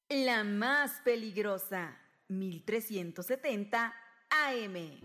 La más peligrosa, 1370 AM.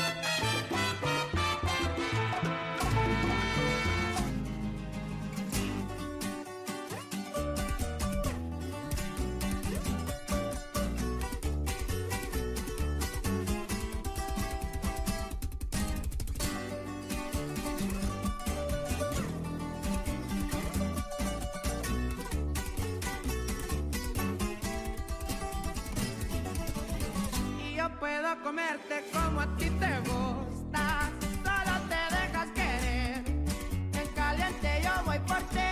Puedo comerte como a ti te gusta, solo te dejas querer, en caliente yo voy por ti.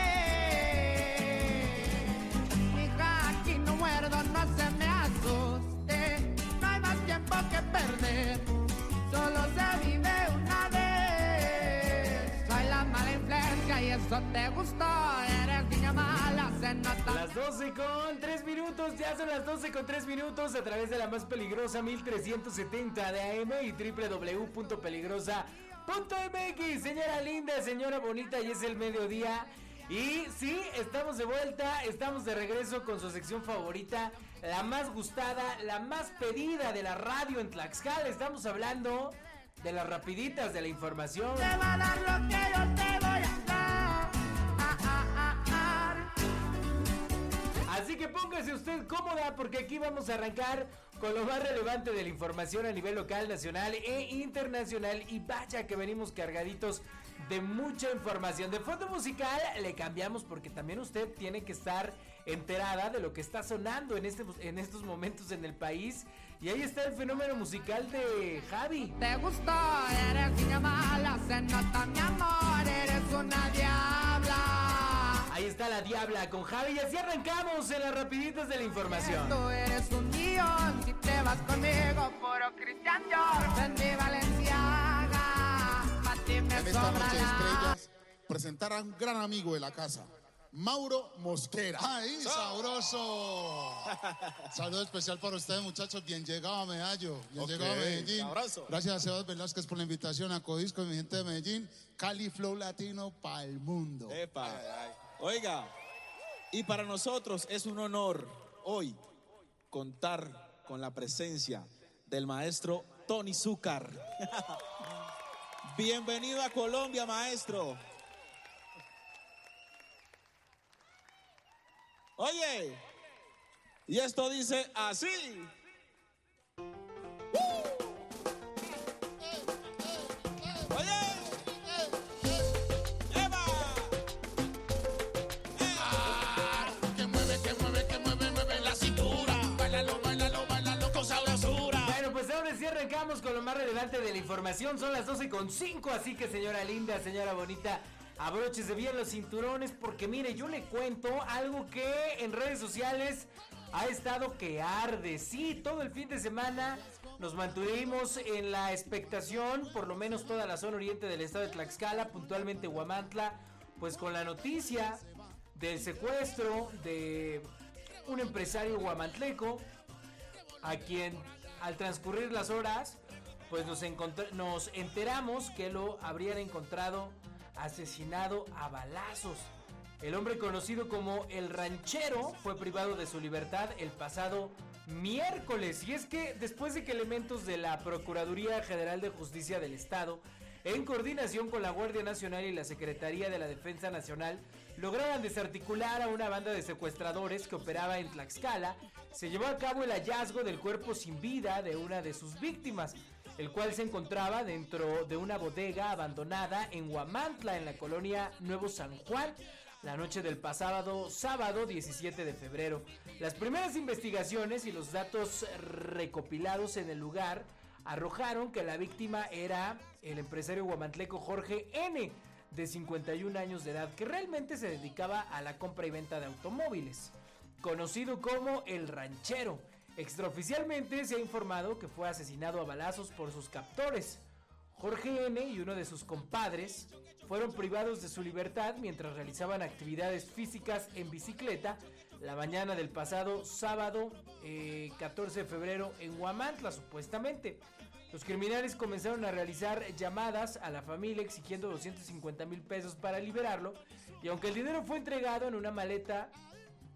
Hija, aquí no muerdo, no se me asuste, no hay más tiempo que perder, solo se vive una vez. Soy la mala influencia y eso te gustó, eres niña mala, se nota. Las 12:03, ya son las 12:03 a través de la más peligrosa 1370 de AM y www.peligrosa.mx. Señora linda, señora bonita, y es el mediodía. Y sí, estamos de vuelta, estamos de regreso con su sección favorita, la más gustada, la más pedida de la radio en Tlaxcala. Estamos hablando de las rapiditas de la información. Te va a dar lo que yo te voy a dar. Así que póngase usted cómoda porque aquí vamos a arrancar con lo más relevante de la información a nivel local, nacional e internacional. Y vaya que venimos cargaditos de mucha información. De fondo musical le cambiamos porque también usted tiene que estar enterada de lo que está sonando en estos momentos en el país. Y ahí está el fenómeno musical de Javi. Te gustó, eres niña mala, se nota mi amor, eres una diabla. Ahí está la diabla con Javi y así arrancamos en las rapiditas de la información. Tú eres un guión, si te vas conmigo, puro Cristian Dior, Fendi Balenciaga, pa' ti me En esta sobra noche de la... estrellas, presentar a un gran amigo de la casa, Mauro Mosquera. ¡Ay, sabroso! Saludo especial para ustedes, muchachos. Bien llegado a Medallo, bien llegado a Medellín. Abrazo. Gracias a Sebas Velázquez por la invitación a Codisco y mi gente de Medellín. Cali Flow Latino para el mundo. Epa. Oiga, y para nosotros es un honor hoy contar con la presencia del maestro Tony Zúcar. Bienvenido a Colombia, maestro. Oye, y esto dice así. Oye, Eva. Que mueve la cintura. Bailalo con sabrosura. Bueno, pues ahora sí arrancamos con lo más relevante de la información. Son las 12:05, así que señora linda, señora bonita, abróchese bien los cinturones porque mire, yo le cuento algo que en redes sociales ha estado que arde. Sí, todo el fin de semana nos mantuvimos en la expectación, por lo menos toda la zona oriente del estado de Tlaxcala, puntualmente Huamantla, pues con la noticia del secuestro de un empresario huamantleco, a quien al transcurrir las horas, pues nos enteramos que lo habrían encontrado asesinado a balazos. El hombre conocido como El Ranchero fue privado de su libertad el pasado miércoles. Y es que después de que elementos de la Procuraduría General de Justicia del Estado, en coordinación con la Guardia Nacional y la Secretaría de la Defensa Nacional, lograran desarticular a una banda de secuestradores que operaba en Tlaxcala, se llevó a cabo el hallazgo del cuerpo sin vida de una de sus víctimas, el cual se encontraba dentro de una bodega abandonada en Huamantla, en la colonia Nuevo San Juan, la noche del pasado sábado 17 de febrero. Las primeras investigaciones y los datos recopilados en el lugar arrojaron que la víctima era el empresario guamantleco Jorge N., de 51 años de edad, que realmente se dedicaba a la compra y venta de automóviles, conocido como El Ranchero. Extraoficialmente se ha informado que fue asesinado a balazos por sus captores. Jorge N. y uno de sus compadres fueron privados de su libertad mientras realizaban actividades físicas en bicicleta la mañana del pasado sábado 14 de febrero en Huamantla, supuestamente. Los criminales comenzaron a realizar llamadas a la familia exigiendo 250,000 pesos para liberarlo, y aunque el dinero fue entregado en una maleta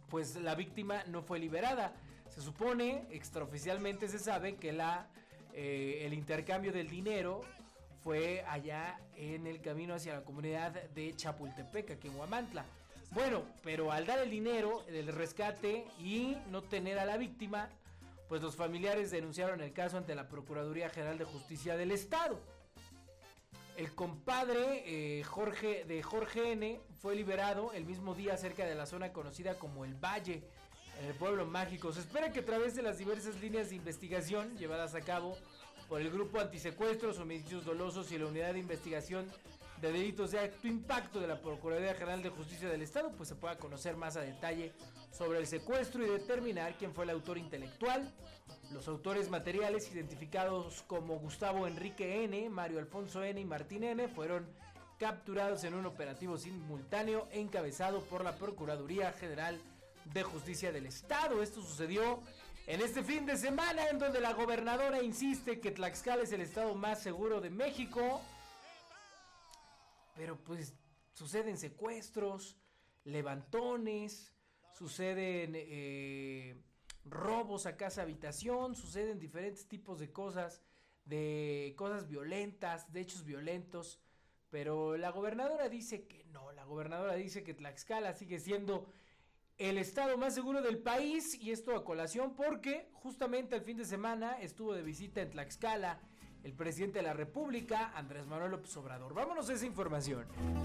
pues la víctima no fue liberada. Se supone, extraoficialmente se sabe que el intercambio del dinero fue allá en el camino hacia la comunidad de Chapultepec, aquí en Huamantla. Bueno, pero al dar el dinero del rescate y no tener a la víctima, pues los familiares denunciaron el caso ante la Procuraduría General de Justicia del Estado. El compadre Jorge N. fue liberado el mismo día cerca de la zona conocida como El Valle, en el pueblo mágico. Se espera que a través de las diversas líneas de investigación llevadas a cabo por el Grupo Antisecuestros, Homicidios Dolosos y la Unidad de Investigación de Delitos de Alto Impacto de la Procuraduría General de Justicia del Estado, pues se pueda conocer más a detalle sobre el secuestro y determinar quién fue el autor intelectual. Los autores materiales, identificados como Gustavo Enrique N., Mario Alfonso N. y Martín N., fueron capturados en un operativo simultáneo encabezado por la Procuraduría General de Justicia del Estado. Esto sucedió en este fin de semana, en donde la gobernadora insiste que Tlaxcala es el estado más seguro de México. Pero pues suceden secuestros, levantones, suceden robos a casa habitación, suceden diferentes tipos de cosas violentas, de hechos violentos. Pero la gobernadora dice que no, la gobernadora dice que Tlaxcala sigue siendo el estado más seguro del país, y esto a colación porque justamente el fin de semana estuvo de visita en Tlaxcala el presidente de la República, Andrés Manuel López Obrador. Vámonos a esa información.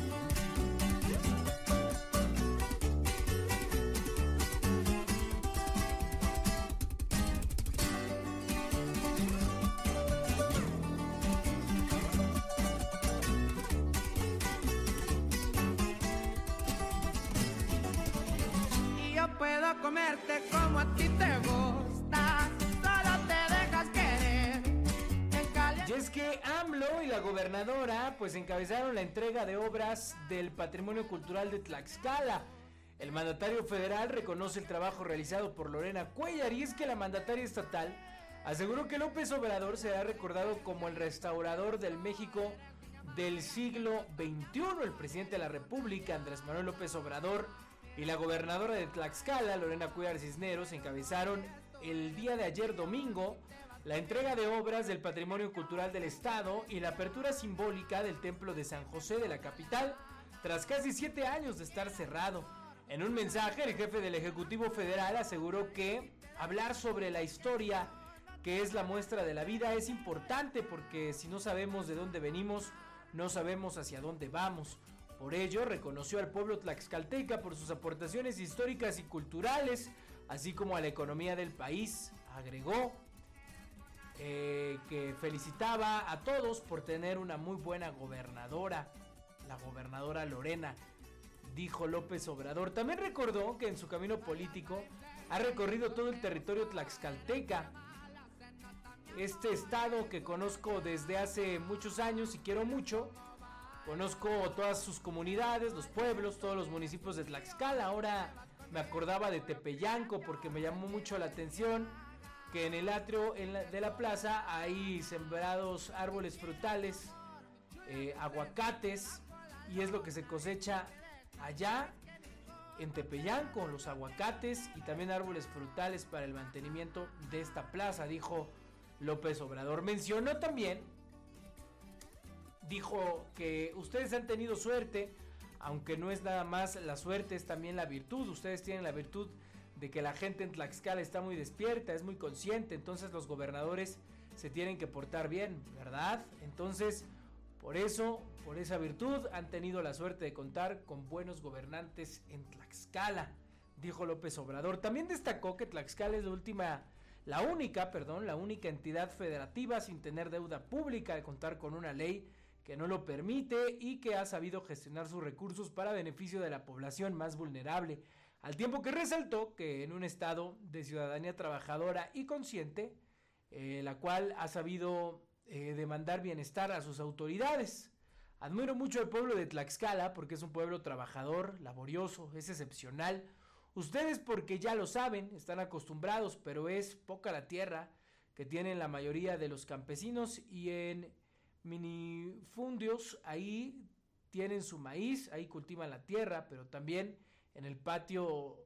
Y yo puedo comerte como a ti te gusta, solo te dejas querer. Y es que AMLO y la gobernadora pues encabezaron la entrega de obras del patrimonio cultural de Tlaxcala. El mandatario federal reconoce el trabajo realizado por Lorena Cuellar, y es que la mandataria estatal aseguró que López Obrador será recordado como el restaurador del México del siglo XXI. El presidente de la República, Andrés Manuel López Obrador, y la gobernadora de Tlaxcala, Lorena Cuellar Cisneros, encabezaron el día de ayer domingo la entrega de obras del patrimonio cultural del estado y la apertura simbólica del templo de San José de la capital, tras casi 7 años de estar cerrado. En un mensaje, el jefe del Ejecutivo Federal aseguró que hablar sobre la historia, que es la muestra de la vida, es importante porque si no sabemos de dónde venimos, no sabemos hacia dónde vamos. Por ello, reconoció al pueblo tlaxcalteca por sus aportaciones históricas y culturales, así como a la economía del país. Agregó que felicitaba a todos por tener una muy buena gobernadora, la gobernadora Lorena, dijo López Obrador. También recordó que en su camino político ha recorrido todo el territorio tlaxcalteca, este estado que conozco desde hace muchos años y quiero mucho. Conozco todas sus comunidades, los pueblos, todos los municipios de Tlaxcala. Ahora me acordaba de Tepeyanco porque me llamó mucho la atención que en el atrio de la plaza hay sembrados árboles frutales, aguacates, y es lo que se cosecha allá en Tepeyanco, los aguacates y también árboles frutales para el mantenimiento de esta plaza, dijo López Obrador. Mencionó también, dijo que ustedes han tenido suerte, aunque no es nada más la suerte, es también la virtud. Ustedes tienen la virtud de que la gente en Tlaxcala está muy despierta, es muy consciente, entonces los gobernadores se tienen que portar bien, ¿verdad? Entonces, por eso, por esa virtud, han tenido la suerte de contar con buenos gobernantes en Tlaxcala, dijo López Obrador. También destacó que Tlaxcala es la única entidad federativa sin tener deuda pública, al contar con una ley que no lo permite y que ha sabido gestionar sus recursos para beneficio de la población más vulnerable, al tiempo que resaltó que en un estado de ciudadanía trabajadora y consciente, la cual ha sabido demandar bienestar a sus autoridades. Admiro mucho al pueblo de Tlaxcala porque es un pueblo trabajador, laborioso, es excepcional. Ustedes, porque ya lo saben, están acostumbrados, pero es poca la tierra que tienen la mayoría de los campesinos, y en minifundios ahí tienen su maíz, ahí cultivan la tierra, pero también en el patio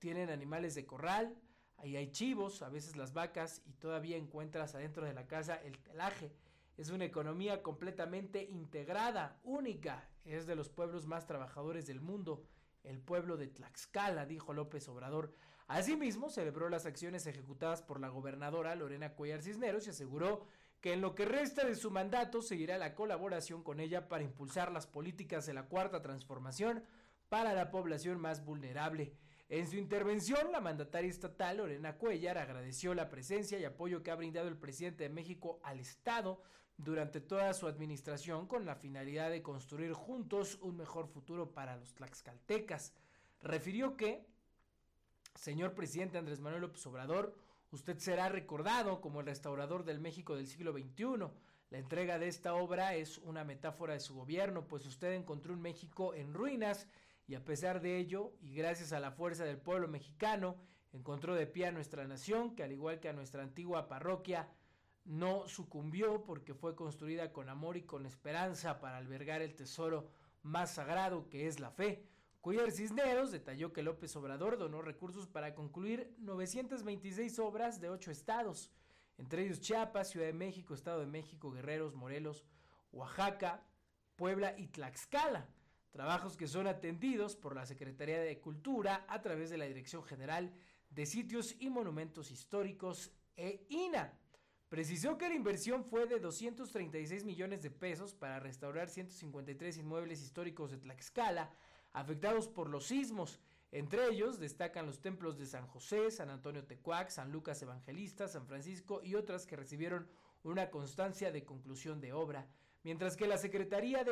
tienen animales de corral, ahí hay chivos, a veces las vacas, y todavía encuentras adentro de la casa el telaje. Es una economía completamente integrada, única. Es de los pueblos más trabajadores del mundo, el pueblo de Tlaxcala, dijo López Obrador. Asimismo, celebró las acciones ejecutadas por la gobernadora Lorena Cuellar Cisneros y aseguró que en lo que resta de su mandato seguirá la colaboración con ella para impulsar las políticas de la Cuarta Transformación para la población más vulnerable. En su intervención, la mandataria estatal Lorena Cuellar agradeció la presencia y apoyo que ha brindado el presidente de México al Estado durante toda su administración con la finalidad de construir juntos un mejor futuro para los tlaxcaltecas. Refirió que, señor presidente Andrés Manuel López Obrador, usted será recordado como el restaurador del México del siglo XXI. La entrega de esta obra es una metáfora de su gobierno, pues usted encontró un México en ruinas y a pesar de ello, y gracias a la fuerza del pueblo mexicano, encontró de pie a nuestra nación, que al igual que a nuestra antigua parroquia, no sucumbió porque fue construida con amor y con esperanza para albergar el tesoro más sagrado que es la fe. Cuellar Cisneros detalló que López Obrador donó recursos para concluir 926 obras de 8 estados, entre ellos Chiapas, Ciudad de México, Estado de México, Guerreros, Morelos, Oaxaca, Puebla y Tlaxcala. Trabajos que son atendidos por la Secretaría de Cultura a través de la Dirección General de Sitios y Monumentos Históricos (INAH). Precisó que la inversión fue de 236 millones de pesos para restaurar 153 inmuebles históricos de Tlaxcala afectados por los sismos. Entre ellos destacan los templos de San José, San Antonio Tecuac, San Lucas Evangelista, San Francisco y otras que recibieron una constancia de conclusión de obra. Mientras que la Secretaría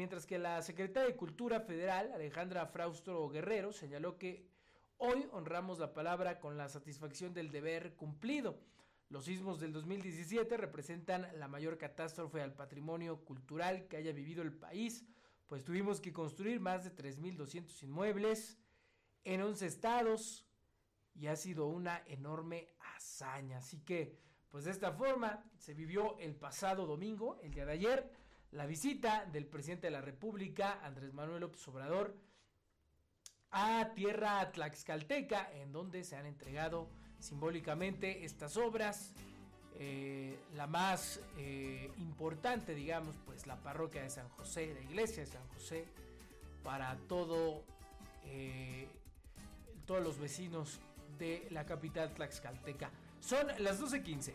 de Cultura Federal, Alejandra Fraustro Guerrero, señaló que hoy honramos la palabra con la satisfacción del deber cumplido. Los sismos del 2017 representan la mayor catástrofe al patrimonio cultural que haya vivido el país, pues tuvimos que construir más de 3,200 inmuebles en 11 estados y ha sido una enorme hazaña. Así que, pues de esta forma se vivió el pasado domingo, el día de ayer, la visita del presidente de la República, Andrés Manuel López Obrador, a tierra tlaxcalteca, en donde se han entregado simbólicamente estas obras. La más importante, digamos, pues la parroquia de San José, la iglesia de San José, para todos los vecinos de la capital tlaxcalteca. Son las 12:15.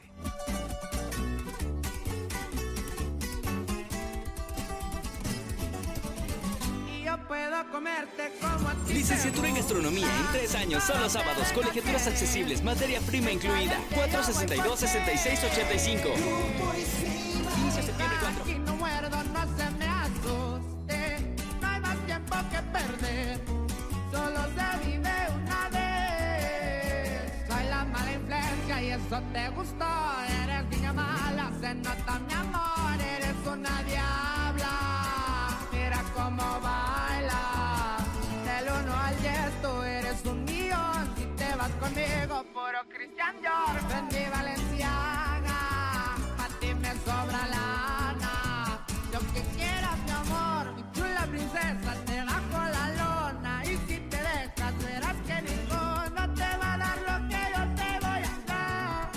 Puedo comerte como a ti. Licenciatura en Gastronomía en 3 años, solo sábados, colegiaturas accesibles, materia prima incluida. 462-6685. Inicia septiembre 4. Aquí no muerdo, no se me asuste. No hay más tiempo que perder. Solo se vive una vez. Soy la mala influencia y eso te gustó. Eres niña mala, se nota mi amor. Eres una diabla. Mira cómo baila. Del 1 al 10 tú eres un millón. Si te vas conmigo, puro Christian Dior. Fendi Balenciaga. A ti me sobra lana. Lo que quieras, mi amor. Mi chula princesa, te bajo la lona. Y si te dejas, verás que ninguno te va a dar lo que yo te voy a dar.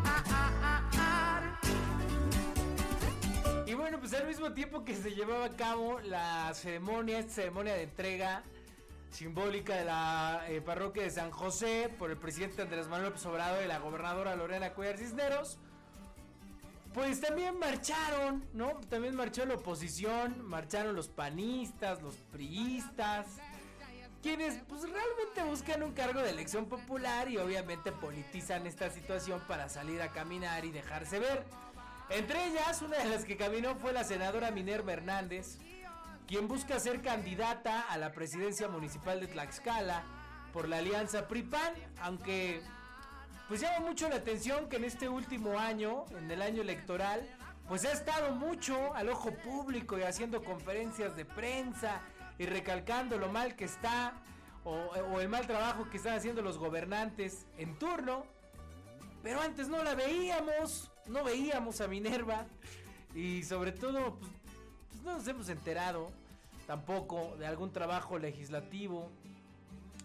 Y bueno, pues al mismo tiempo que se llevaba a cabo la ceremonia, esta ceremonia de entrega simbólica de la parroquia de San José por el presidente Andrés Manuel López Obrador y la gobernadora Lorena Cuellar Cisneros, pues también marcharon, ¿no? También marchó la oposición, marcharon los panistas, los priistas, quienes pues realmente buscan un cargo de elección popular y obviamente politizan esta situación para salir a caminar y dejarse ver. Entre ellas, una de las que caminó fue la senadora Minerva Hernández, quien busca ser candidata a la presidencia municipal de Tlaxcala por la alianza PRI-PAN, aunque pues llama mucho la atención que en este último año, en el año electoral, pues ha estado mucho al ojo público y haciendo conferencias de prensa y recalcando lo mal que está o el mal trabajo que están haciendo los gobernantes en turno. Pero antes no la veíamos, no veíamos a Minerva y sobre todo pues no nos hemos enterado tampoco de algún trabajo legislativo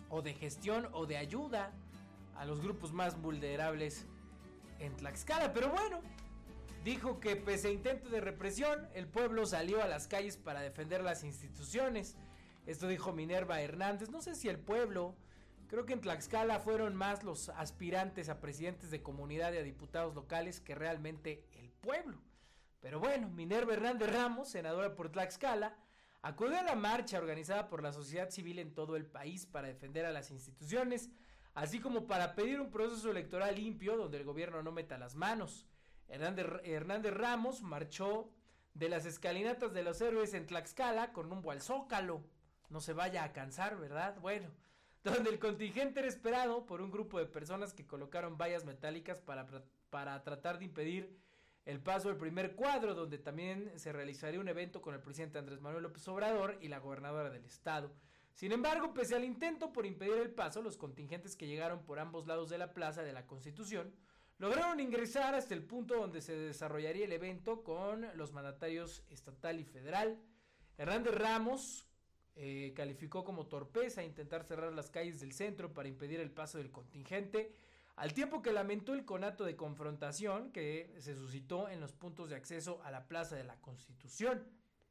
o de gestión o de ayuda a los grupos más vulnerables en Tlaxcala. Pero bueno, dijo que pese a intento de represión, el pueblo salió a las calles para defender las instituciones. Esto dijo Minerva Hernández. No sé si el pueblo, creo que en Tlaxcala fueron más los aspirantes a presidentes de comunidad y a diputados locales que realmente el pueblo. Pero bueno, Minerva Hernández Ramos, senadora por Tlaxcala, acudió a la marcha organizada por la sociedad civil en todo el país para defender a las instituciones, así como para pedir un proceso electoral limpio donde el gobierno no meta las manos. Hernández Ramos marchó de las escalinatas de los héroes en Tlaxcala con rumbo al Zócalo. No se vaya a cansar, ¿verdad? Bueno, donde el contingente era esperado por un grupo de personas que colocaron vallas metálicas para tratar de impedir el paso del primer cuadro, donde también se realizaría un evento con el presidente Andrés Manuel López Obrador y la gobernadora del estado. Sin embargo, pese al intento por impedir el paso, los contingentes que llegaron por ambos lados de la Plaza de la Constitución lograron ingresar hasta el punto donde se desarrollaría el evento con los mandatarios estatal y federal. Hernández Ramos calificó como torpeza intentar cerrar las calles del centro para impedir el paso del contingente, al tiempo que lamentó el conato de confrontación que se suscitó en los puntos de acceso a la Plaza de la Constitución.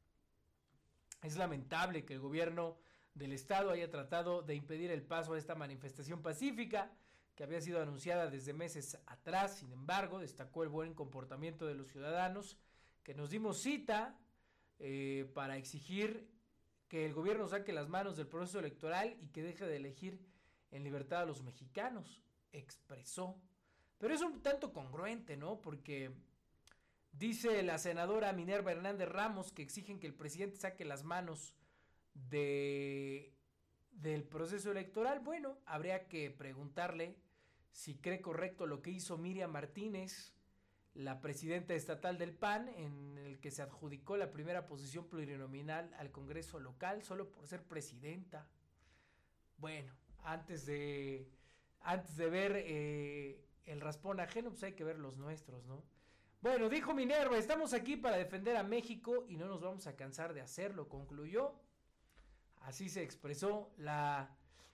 Es lamentable que el gobierno del estado haya tratado de impedir el paso a esta manifestación pacífica que había sido anunciada desde meses atrás. Sin embargo, destacó el buen comportamiento de los ciudadanos que nos dimos cita para exigir que el gobierno saque las manos del proceso electoral y que deje de elegir en libertad a los mexicanos, expresó. Pero es un tanto congruente, ¿no? Porque dice la senadora Minerva Hernández Ramos que exigen que el presidente saque las manos del proceso electoral. Bueno, habría que preguntarle si cree correcto lo que hizo Miriam Martínez, la presidenta estatal del PAN, en el que se adjudicó la primera posición plurinominal al Congreso local solo por ser presidenta. Bueno, antes de ver el raspón ajeno, pues hay que ver los nuestros, ¿no? Bueno, dijo Minerva, estamos aquí para defender a México y no nos vamos a cansar de hacerlo, concluyó. Así se expresó la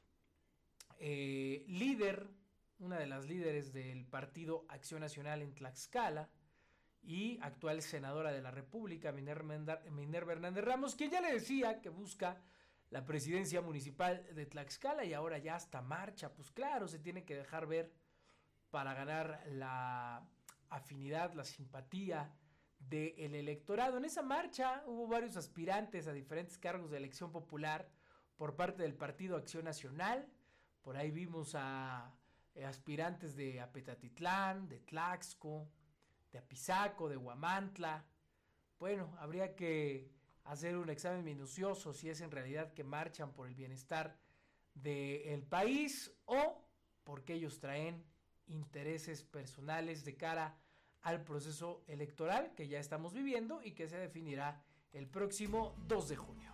líder, una de las líderes del Partido Acción Nacional en Tlaxcala y actual senadora de la República, Minerva Hernández Ramos, quien ya le decía que busca la presidencia municipal de Tlaxcala y ahora ya hasta marcha. Pues claro, se tiene que dejar ver para ganar la afinidad, la simpatía del electorado. En esa marcha hubo varios aspirantes a diferentes cargos de elección popular por parte del Partido Acción Nacional. Por ahí vimos a aspirantes de Apetatitlán, de Tlaxco, de Apizaco, de Huamantla. Bueno, habría que hacer un examen minucioso si es en realidad que marchan por el bienestar del país o porque ellos traen intereses personales de cara al proceso electoral que ya estamos viviendo y que se definirá el próximo 2 de junio.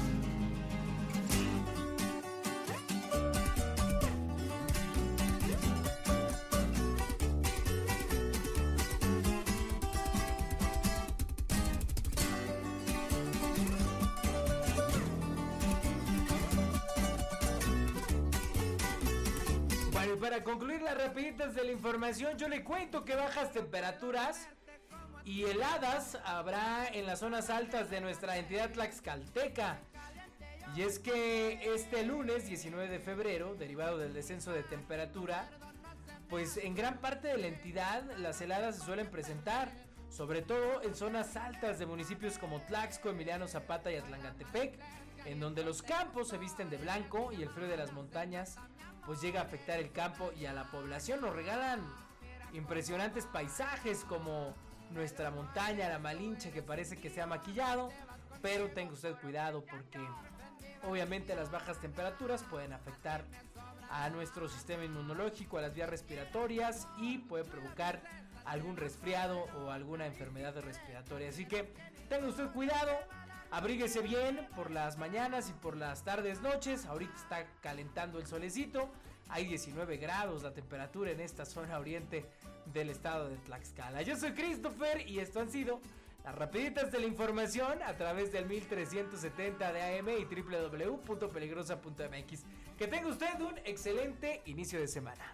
Para concluir las rapiditas de la información, yo le cuento que bajas temperaturas y heladas habrá en las zonas altas de nuestra entidad tlaxcalteca. Y es que este lunes 19 de febrero, derivado del descenso de temperatura, pues en gran parte de la entidad las heladas se suelen presentar, sobre todo en zonas altas de municipios como Tlaxco, Emiliano Zapata y Atlangatepec, en donde los campos se visten de blanco y el frío de las montañas pues llega a afectar el campo y a la población. Nos regalan impresionantes paisajes como nuestra montaña, la Malinche, que parece que se ha maquillado, pero tenga usted cuidado porque obviamente las bajas temperaturas pueden afectar a nuestro sistema inmunológico, a las vías respiratorias y puede provocar algún resfriado o alguna enfermedad respiratoria. Así que tenga usted cuidado. Abríguese bien por las mañanas y por las tardes, noches. Ahorita está calentando el solecito. Hay 19 grados la temperatura en esta zona oriente del estado de Tlaxcala. Yo soy Christopher y esto han sido Las rapiditas de la información a través del 1370 de AM y www.peligrosa.mx. Que tenga usted un excelente inicio de semana.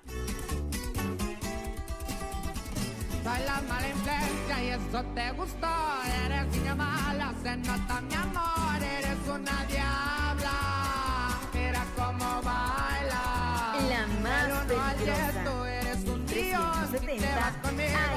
Soy la mala influencia y eso te gustó. Eres niña mala, se nota mi amor. Eres una diabla, mira cómo baila. La más Pero no al peligrosa. gesto, eres un tío. Si te vas 1370 conmigo